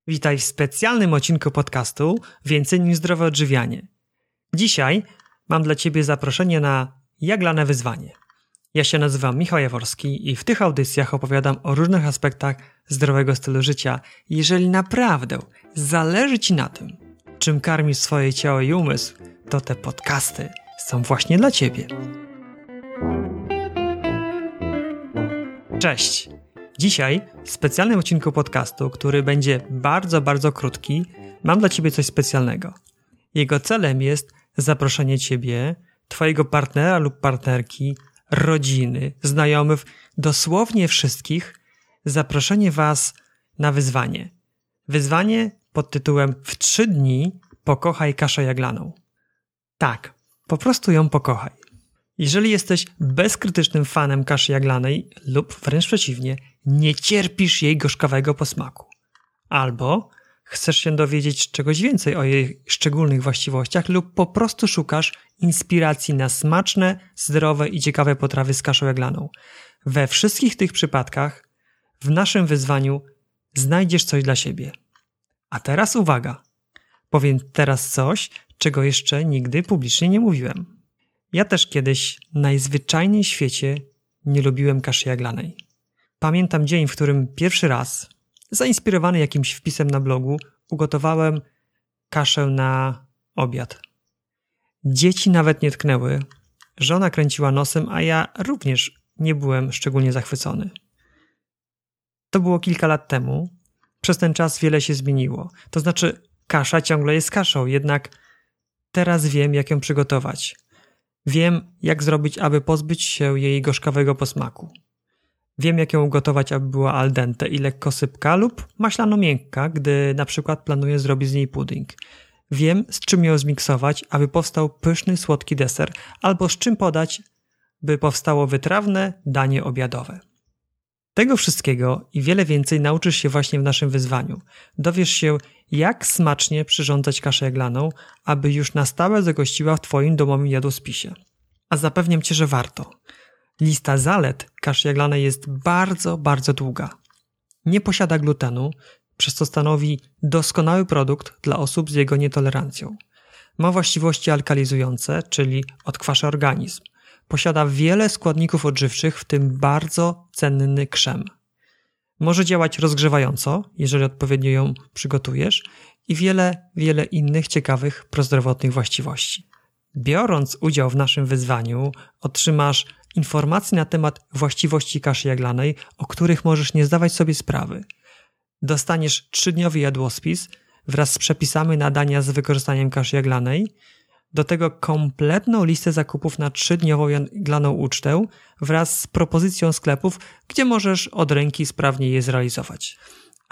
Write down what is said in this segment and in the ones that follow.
Witaj w specjalnym odcinku podcastu Więcej niż zdrowe odżywianie. Dzisiaj mam dla Ciebie zaproszenie na jaglane wyzwanie. Ja się nazywam Michał Jaworski i w tych audycjach opowiadam o różnych aspektach zdrowego stylu życia. Jeżeli naprawdę zależy Ci na tym, czym karmisz swoje ciało i umysł, to te podcasty są właśnie dla Ciebie. Cześć! Dzisiaj w specjalnym odcinku podcastu, który będzie bardzo krótki, mam dla Ciebie coś specjalnego. Jego celem jest zaproszenie Ciebie, Twojego partnera lub partnerki, rodziny, znajomych, dosłownie wszystkich, zaproszenie Was na wyzwanie. Wyzwanie pod tytułem w 3 dni pokochaj kaszę jaglaną. Tak, po prostu ją pokochaj. Jeżeli jesteś bezkrytycznym fanem kaszy jaglanej lub wręcz przeciwnie, nie cierpisz jej gorzkawego posmaku, albo chcesz się dowiedzieć czegoś więcej o jej szczególnych właściwościach lub po prostu szukasz inspiracji na smaczne, zdrowe i ciekawe potrawy z kaszą jaglaną. We wszystkich tych przypadkach w naszym wyzwaniu znajdziesz coś dla siebie. A teraz uwaga, powiem teraz coś, czego jeszcze nigdy publicznie nie mówiłem. Ja też kiedyś najzwyczajniej w świecie nie lubiłem kaszy jaglanej. Pamiętam dzień, w którym pierwszy raz, zainspirowany jakimś wpisem na blogu, ugotowałem kaszę na obiad. Dzieci nawet nie tknęły, żona kręciła nosem, a ja również nie byłem szczególnie zachwycony. To było kilka lat temu. Przez ten czas wiele się zmieniło. To znaczy, kasza ciągle jest kaszą, jednak teraz wiem, jak ją przygotować. Wiem, jak zrobić, aby pozbyć się jej gorzkawego posmaku. Wiem, jak ją ugotować, aby była al dente i lekko sypka lub maślano-miękka, gdy na przykład planuję zrobić z niej pudding. Wiem, z czym ją zmiksować, aby powstał pyszny, słodki deser, albo z czym podać, by powstało wytrawne danie obiadowe. Tego wszystkiego i wiele więcej nauczysz się właśnie w naszym wyzwaniu. Dowiesz się, jak smacznie przyrządzać kaszę jaglaną, aby już na stałe zagościła w Twoim domowym jadłospisie. A zapewniam Cię, że warto. Lista zalet kaszy jaglanej jest bardzo długa. Nie posiada glutenu, przez co stanowi doskonały produkt dla osób z jego nietolerancją. Ma właściwości alkalizujące, czyli odkwasza organizm. Posiada wiele składników odżywczych, w tym bardzo cenny krzem. Może działać rozgrzewająco, jeżeli odpowiednio ją przygotujesz, i wiele innych ciekawych prozdrowotnych właściwości. Biorąc udział w naszym wyzwaniu, otrzymasz informacje na temat właściwości kaszy jaglanej, o których możesz nie zdawać sobie sprawy. Dostaniesz 3-dniowy jadłospis wraz z przepisami na dania z wykorzystaniem kaszy jaglanej, do tego kompletną listę zakupów na 3-dniową jaglaną ucztę wraz z propozycją sklepów, gdzie możesz od ręki sprawnie je zrealizować. A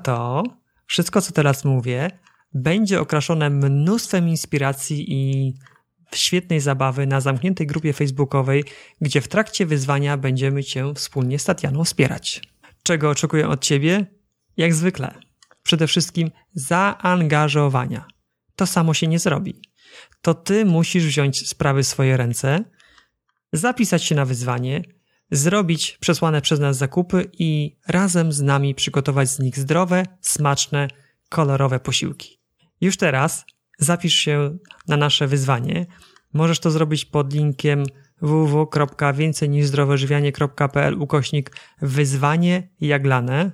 wszystko co teraz mówię, będzie okraszone mnóstwem inspiracji i świetnej zabawy na zamkniętej grupie facebookowej, gdzie w trakcie wyzwania będziemy Cię wspólnie z Tatianą wspierać. Czego oczekuję od Ciebie? Jak zwykle. Przede wszystkim zaangażowania. To samo się nie zrobi. To Ty musisz wziąć sprawy w swoje ręce, zapisać się na wyzwanie, zrobić przesłane przez nas zakupy i razem z nami przygotować z nich zdrowe, smaczne, kolorowe posiłki. Już teraz zapisz się na nasze wyzwanie. Możesz to zrobić pod linkiem www.więcejniżzdroweodżywianie.pl/wyzwanie jaglane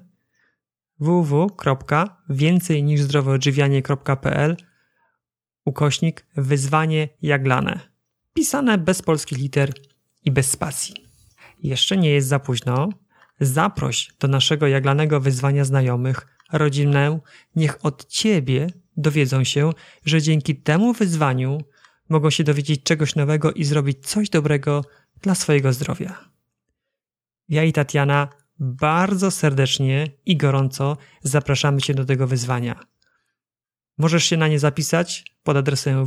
www.więcejniżzdroweodżywianie.pl/wyzwanie jaglane. Pisane bez polskich liter i bez spacji. Jeszcze nie jest za późno. Zaproś do naszego jaglanego wyzwania znajomych, rodzinę. Niech od Ciebie dowiedzą się, że dzięki temu wyzwaniu mogą się dowiedzieć czegoś nowego i zrobić coś dobrego dla swojego zdrowia. Ja i Tatiana bardzo serdecznie i gorąco zapraszamy Cię do tego wyzwania. Możesz się na nie zapisać pod adresem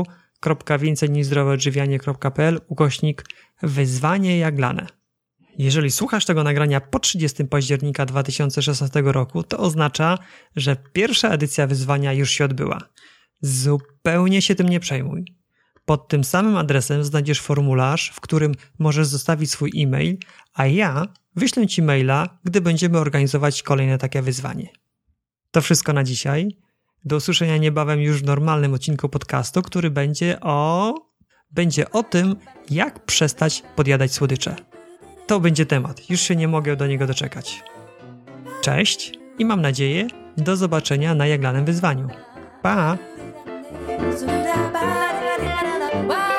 www.więcejniżzdroweodżywianie.pl/wyzwanie jaglane. Jeżeli słuchasz tego nagrania po 30 października 2016 roku, to oznacza, że pierwsza edycja wyzwania już się odbyła. Zupełnie się tym nie przejmuj. Pod tym samym adresem znajdziesz formularz, w którym możesz zostawić swój e-mail, a ja wyślę Ci maila, gdy będziemy organizować kolejne takie wyzwanie. To wszystko na dzisiaj. Do usłyszenia niebawem już w normalnym odcinku podcastu, który będzie o tym, jak przestać podjadać słodycze. To będzie temat. Już się nie mogę do niego doczekać. Cześć i mam nadzieję, do zobaczenia na Jaglanym Wyzwaniu. Pa!